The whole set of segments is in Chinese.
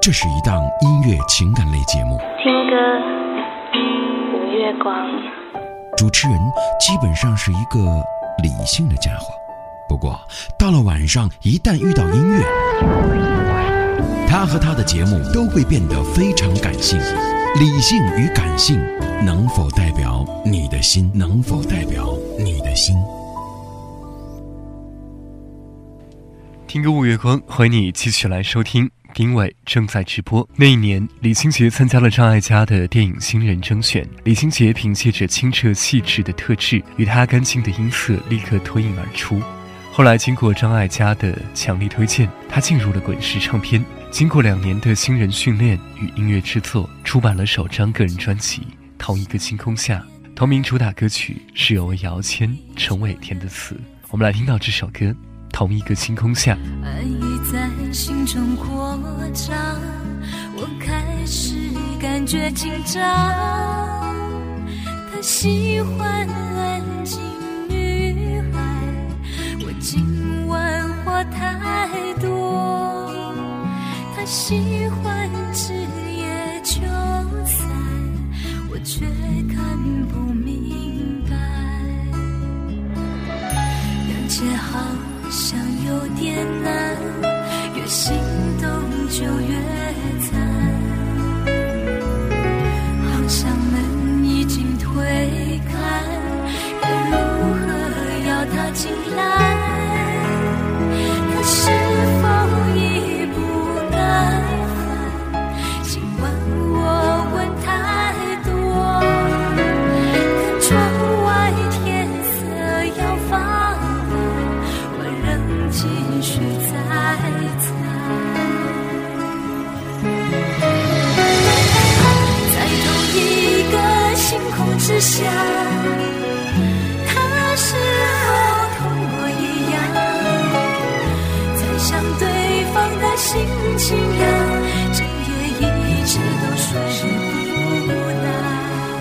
这是一档音乐情感类节目， 听歌无月光。 主持人基本上是一个理性的家伙，不过到了晚上一旦遇到音乐，他和他的节目都会变得非常感性。理性与感性能否代表你的心？能否代表你的心？ 听歌无月光，欢迎你继续来收听。丁伟正在直播。那一年，李心洁参加了张艾嘉的电影新人征选。李心洁凭借着清澈细致的特质与她干净的音色立刻脱颖而出。后来经过张艾嘉的强力推荐，她进入了滚石唱片。经过2年的新人训练与音乐制作，出版了首张个人专辑《同一个星空下》。同名主打歌曲是由姚谦、陈伟填的词。我们来听到这首歌《同一个星空下》。 爱意在心中扩张，我开始感觉紧张。他喜欢安静女孩，我今晚话太多。他喜欢枝叶秋散，我却看不明白。了解好像有点难，越心动就越惨，好像门已经推开，该如何要他进来？他是否已不耐烦？今晚我问太多，看窗外天色要放继续再猜，在同一个星空之下，他是否同我一样，在想对方的心情啊，整夜一直都睡不来。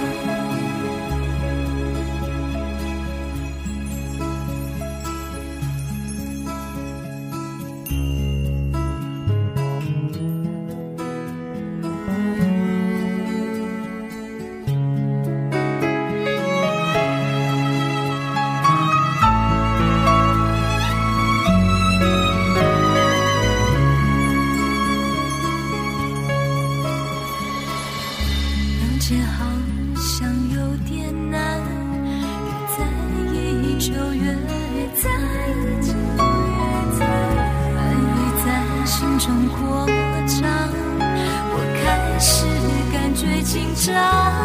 好像有点难，越在意就越在意，爱意在心中扩张，我开始感觉紧张。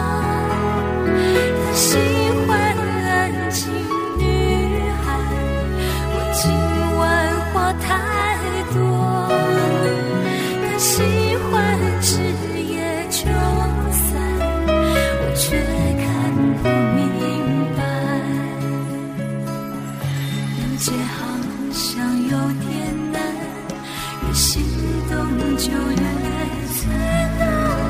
他喜欢安静女孩，我今晚话太多。他喜欢枝叶秋散，却看不明白。了解好像有点难，越心动就越猜，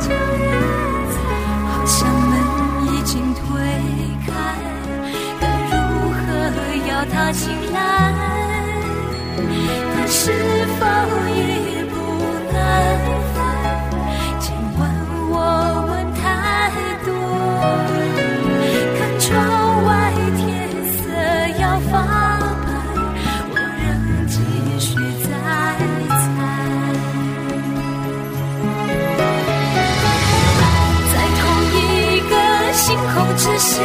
好像门已经推开，该如何要他进来？他是否已不耐烦？今晚我问太多，看窗外天色要发白，我仍继续在猜。在同一个星空之下，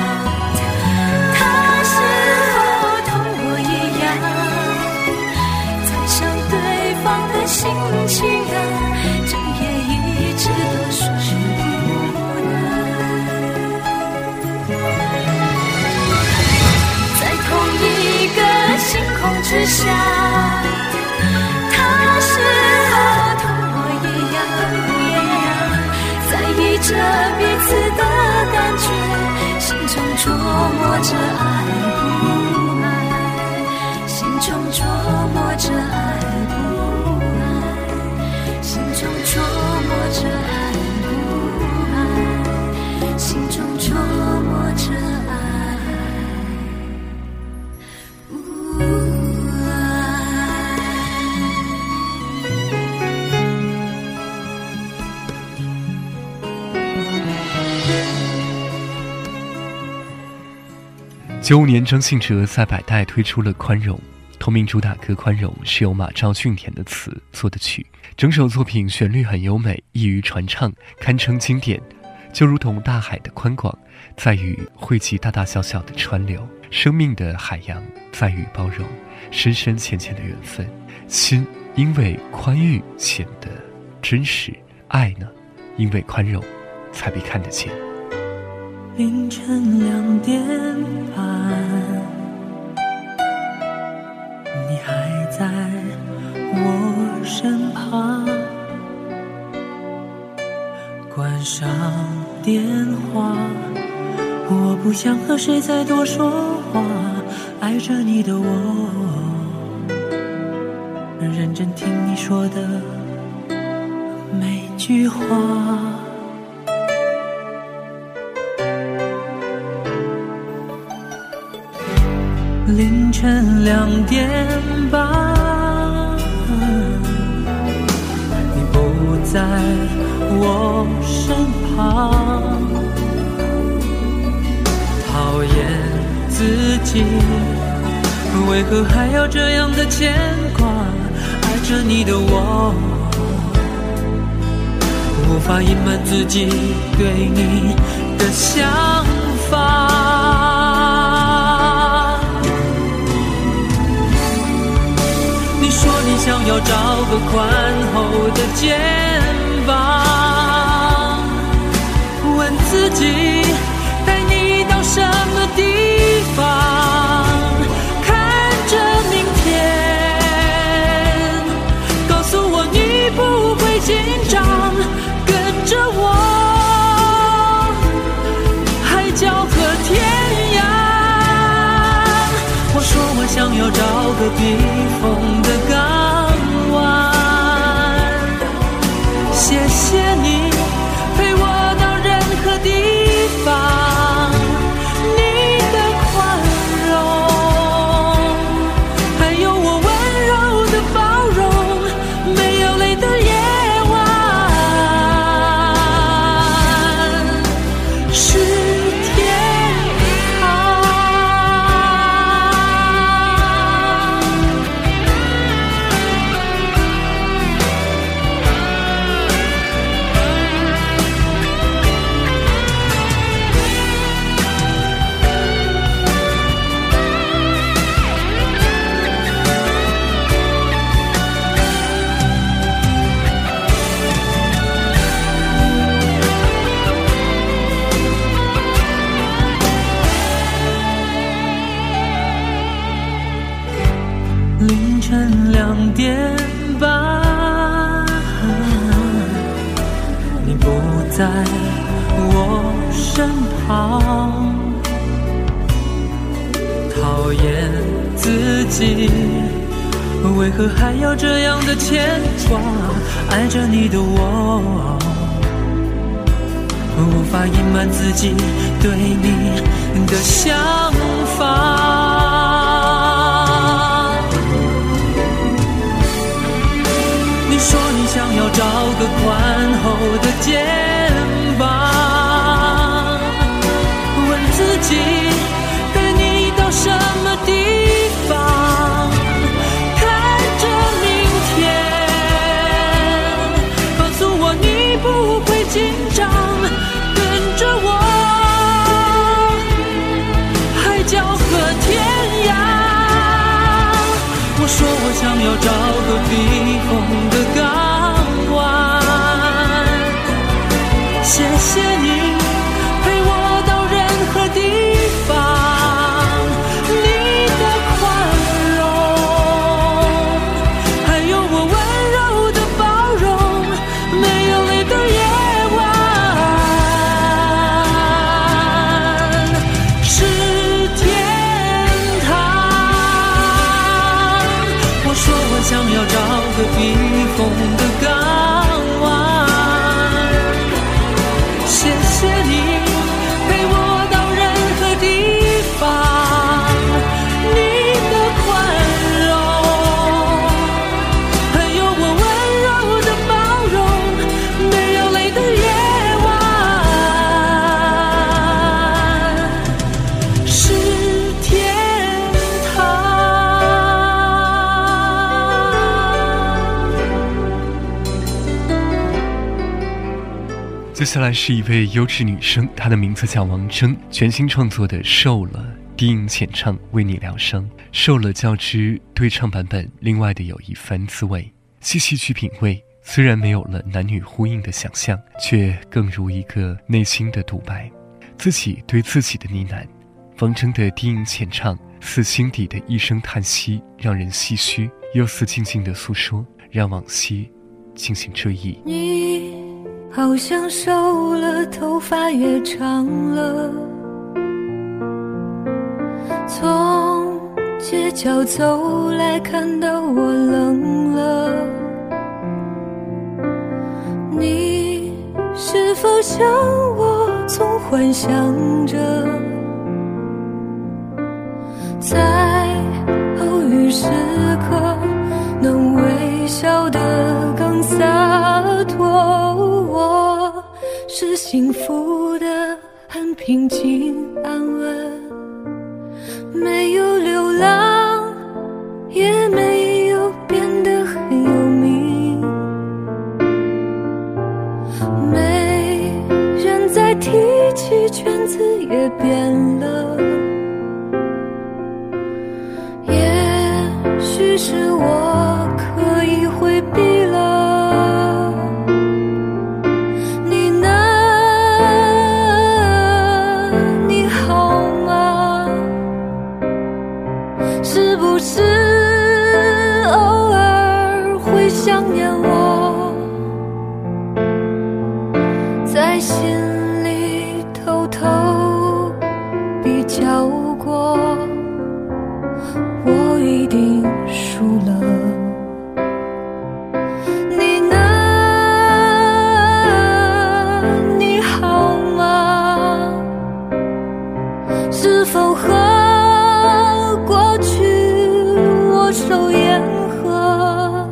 他是否同我一样，在想对方的心情啊，整夜一直都睡不来。在同一个星空之下，他是否同我一样，在意着彼此的感觉，心中琢磨着爱不爱，心中琢磨着爱不爱，心中琢磨着爱不爱，心中琢磨着爱不爱。 95年，张信哲在百代推出了《宽容》，同名主打歌《宽容》是由马兆骏填的词，做的曲。整首作品旋律很优美，易于传唱，堪称经典。就如同大海的宽广，在于汇集大大小小的川流；生命的海洋，在于包容深深浅浅的缘分。心因为宽裕显得真实，爱呢，因为宽容才被看得见。 凌晨2点半，你还在我身旁，关上电话，我不想和谁再多说话，爱着你的我，认真听你说的每句话。凌晨2点半，你不在我身旁，讨厌自己，为何还要这样的牵挂？爱着你的我，无法隐瞒自己对你的想法。你说你想要找个宽厚的肩膀，问自己带你到什么地方，看着明天，告诉我你不会紧张，跟着我海角和天涯。我说我想要找个避风的港湾，谢谢你陪我到任何地方，你的宽容，还有我温柔的包容，没有泪的夜晚是天堂。凌晨2点半，你不在我身旁，讨厌自己，为何还要这样的牵挂？爱着你的我，无法隐瞒自己对你的想法。你说你想要找个宽厚的肩膀，问自己带你到什么地方，看着明天，告诉我你不会紧张，跟着我海角和天涯。我说我想要找个避风的港湾，谢谢你陪我到任何地方，你的宽容，还有我温柔的包容，没有泪的夜晚是天堂。我说我想要找接下来是一位优质女生，她的名字叫王铮，全新创作的《瘦了》低音浅唱为你疗伤。瘦了较之对唱版本另外的有一番滋味，细细去品味，虽然没有了男女呼应的想象，却更如一个内心的独白，自己对自己的呢喃。王铮的低音浅唱似心底的一声叹息，让人唏嘘，又似静静的诉说，让往昔进行追忆。 你好像瘦了，头发也长了，从街角走来，看到我冷了。你是否像我总幻想着，在偶遇时刻能微笑得更洒脱？我是幸福的，很平静安稳，没有流浪，也没有变得很有名，没人再提起，圈子也变了，也许是我刻意回避了。是不是偶尔会想念我，在心里偷偷比较过，我一定输了。你呢？你好吗？是否和手言和，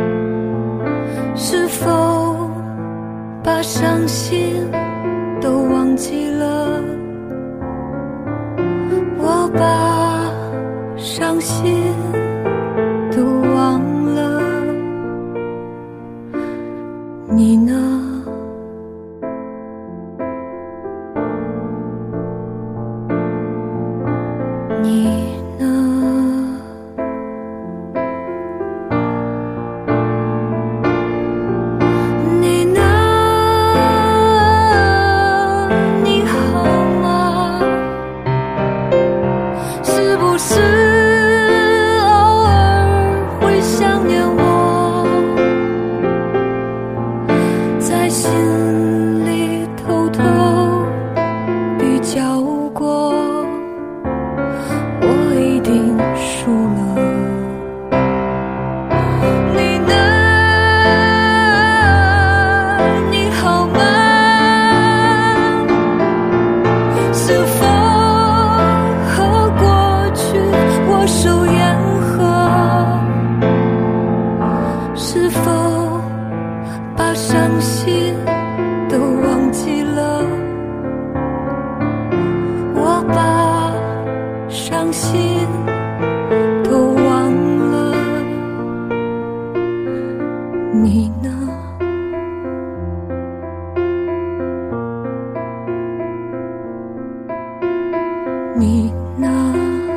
是否把伤心都忘记了？我把伤心都忘了，你呢？你呢？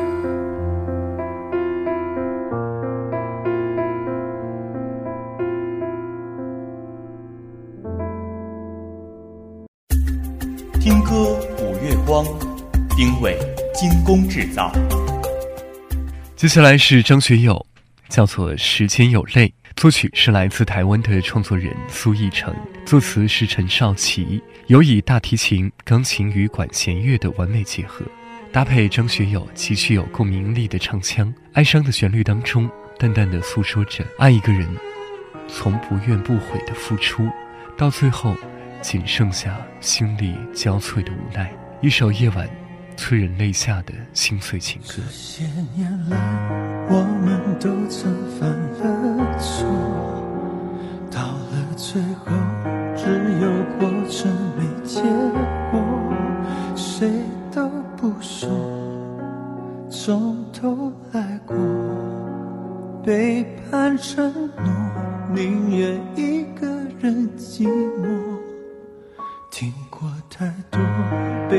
听歌五月光，丁伟精工制造。 接下来是张学友，叫做《时间有泪》，作曲是来自台湾的创作人苏奕成，作词是陈少琪，有以大提琴、钢琴与管弦乐的完美结合，搭配张学友极具有共鸣力的唱腔，哀伤的旋律当中，淡淡的诉说着爱一个人从不怨不悔的付出，到最后仅剩下心力交瘁的无奈，一首夜晚催人泪下的心碎情歌。 这些年来我们都曾犯了错，到了最后只有过程没结果，谁都不说从头来过，背叛承诺宁愿一个人寂寞，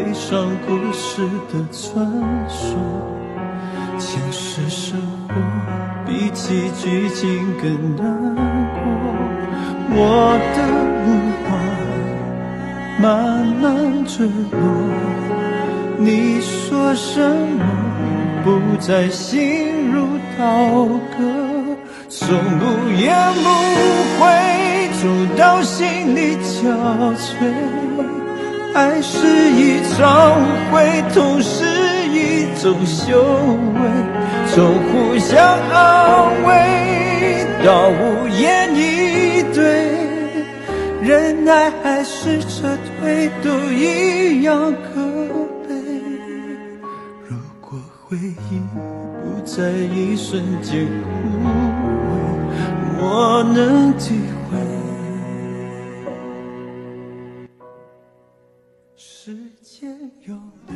悲伤故事的传说。前世生活比起剧情更难过，我的梦幻慢慢坠落，你说什么不再心如刀割，从不言不悔，走到心里憔悴。爱是一场误会，痛是一种修为，从互相安慰到无言以对，忍耐还是撤退都一样可悲。如果回忆不在一瞬间枯萎，我能体会时间有泪。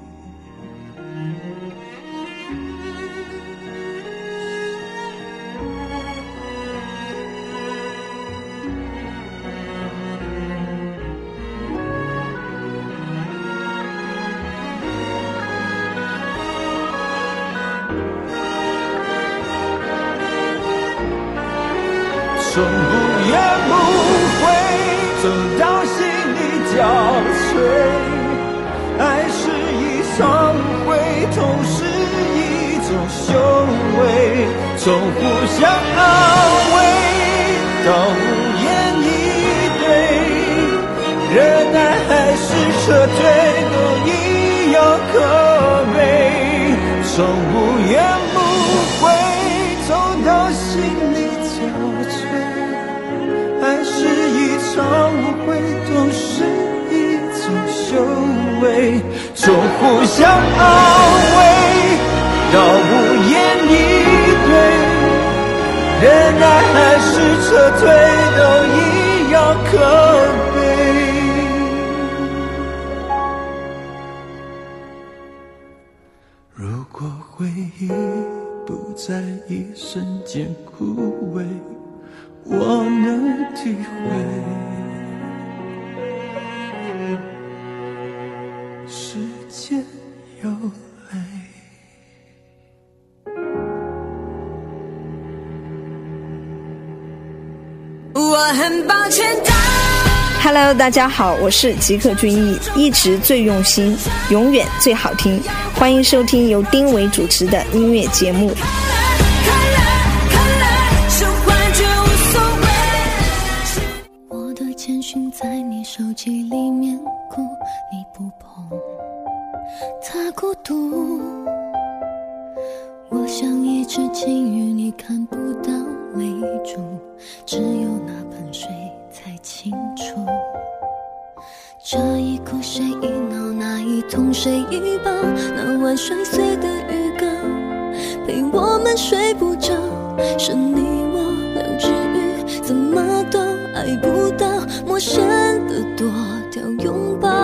从不言不悔，走到心里憔悴。爱是一场误会，痛是一种修为，从互相安慰到无言以对，忍耐还是撤退都一样可悲。从不言不悔，走到心里憔悴。爱是一场误会，都是一种修为，从互相安慰到无言以对，忍耐还是撤退都一样可悲。如果回忆不在一瞬间枯萎，我能体会时间有泪。 我很抱歉。 Hello， 大家好，我是吉克隽逸，一直最用心，永远最好听。欢迎收听由丁伟主持的音乐节目。 我的简讯在你手机里面哭，你不碰，它孤独。我像一只金鱼，你看不到泪珠，只有那盆水才清楚。这一哭谁一闹，那一痛谁一抱，那晚摔碎的浴缸陪我们睡不着，是你我两只鱼，怎么都爱不到陌生的多条拥抱。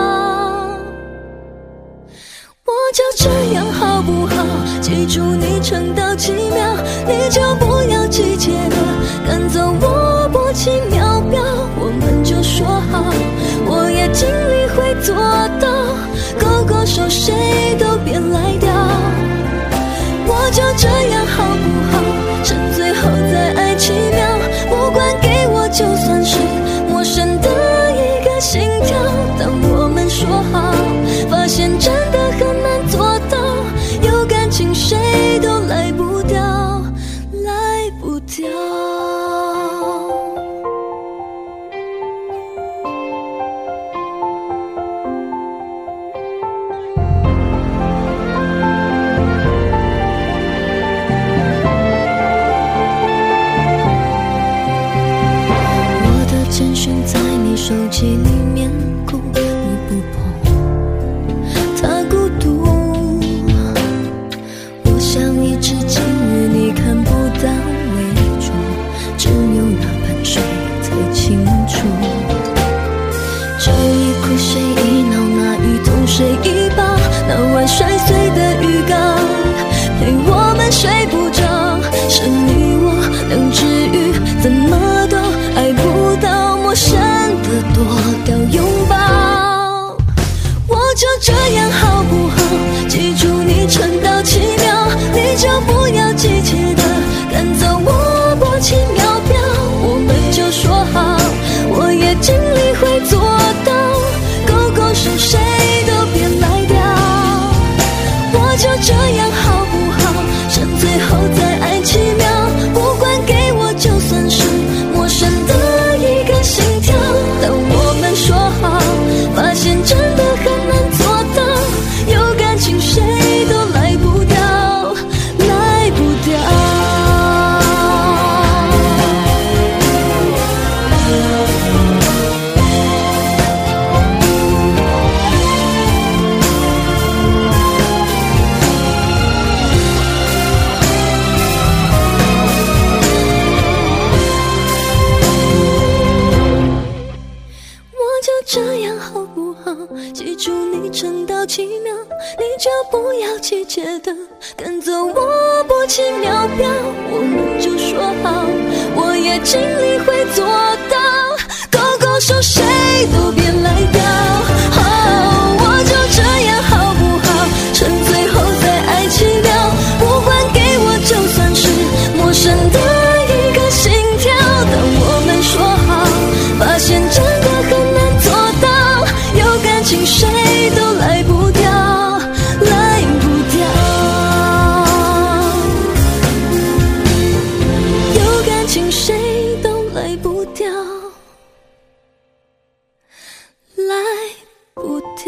我就这样好不好？记住你撑到几秒，你就不要急切的赶走我薄情秒表，我们就说好，我也尽力会做到，勾勾手谁都别来掉。我就这样好不好？趁最后再爱奇妙，不管给我就算是陌生的一个心跳。当我们说好，发现真的很难做到，有感情谁都来不掉，来不掉。我的简讯在你手机里面哭，你不碰，它孤独。我像一只金鱼，你看不到泪珠，只有那盆水才清楚。这一哭谁一闹，那一痛谁一抱，那晚摔碎的浴缸陪我们睡不着，是你我两只鱼，怎么都爱不到陌生的多条也尽力会做到，勾勾手谁都别来掉，我就这样好不好？趁最后再爱奇妙，不管给我就算是陌生的一个心跳。当我们说好，发现真的很难做到，有感情谁都来不掉，来不掉。这样好不好？记住你撑到7秒，你就不要急切的跟着我波奇妙表，我们就说好，我也尽力会做到，勾勾手谁都别来掉，我就这样好不好？趁最后再爱奇妙，不管给我就算是陌生的一个心跳。当我们说好，发现真的很难做到，有感情谁都来不掉，来不掉，有感情谁都来不掉，来不掉。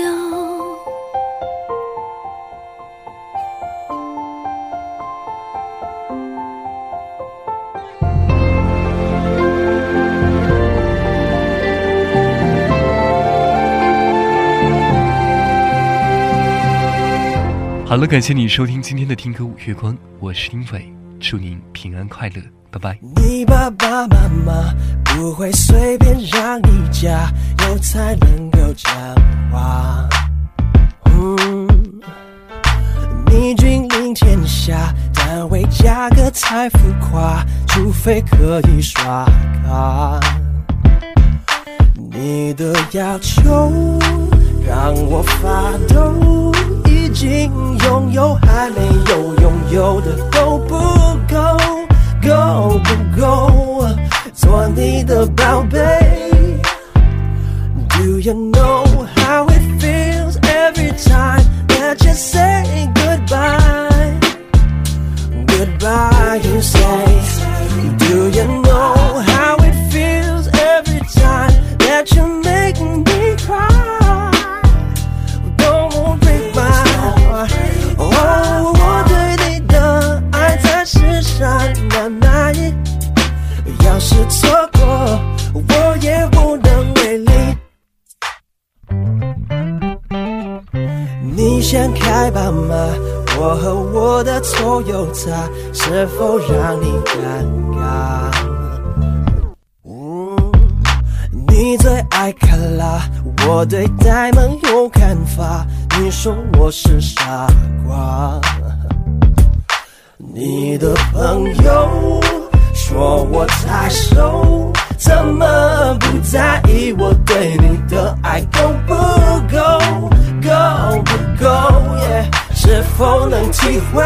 好了，感谢你收听今天的听歌五月光，我是丁伟，祝您平安快乐，拜拜。 你爸爸妈妈不会随便让你加油才能够讲话，你君临天下，但为价格太浮夸，除非可以刷卡。你的要求让我发抖，已经拥有还没有拥有的够不够，够不够做你的宝贝。 Do you know how it feels every time that you say goodbye? Goodbye you say. Do you know how it feels every time that you make me cry? Don't break my heart. Oh, 我对你的爱在世上难买，要是错过我也无能为力。你想开吧吗？我和我的Toyota是否让你尴尬？你最爱卡拉，我对呆萌有看法，你说我是傻瓜。你的朋友说我太瘦，怎么不在意我对你的爱够不够？够不够？ Yeah, 是否能体会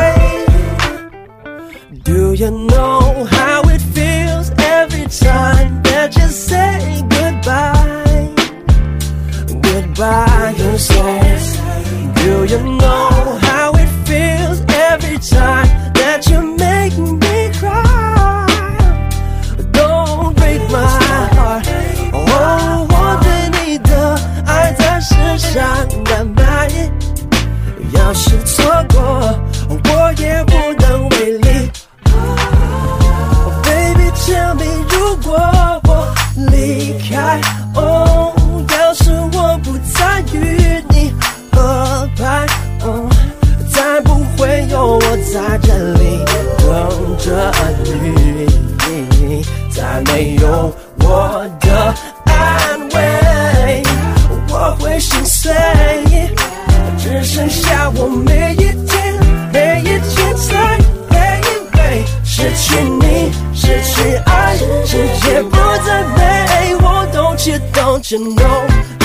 ？Do you know how it feels every time that you say goodbye? Goodbye, you say. Do you know how it feels every time that you make me cry? Don't break my heart. Oh, 我对你的爱在世上难买，要是错过我也无能为力。Oh, baby, tell me 如果我离开，哦，要是我不再与你合拍，哦，再不会有我在这里等着你，再没有我的安慰，我会心碎，只剩下我每一天才卑微，失去你，失去爱，世界不再美。我don't you know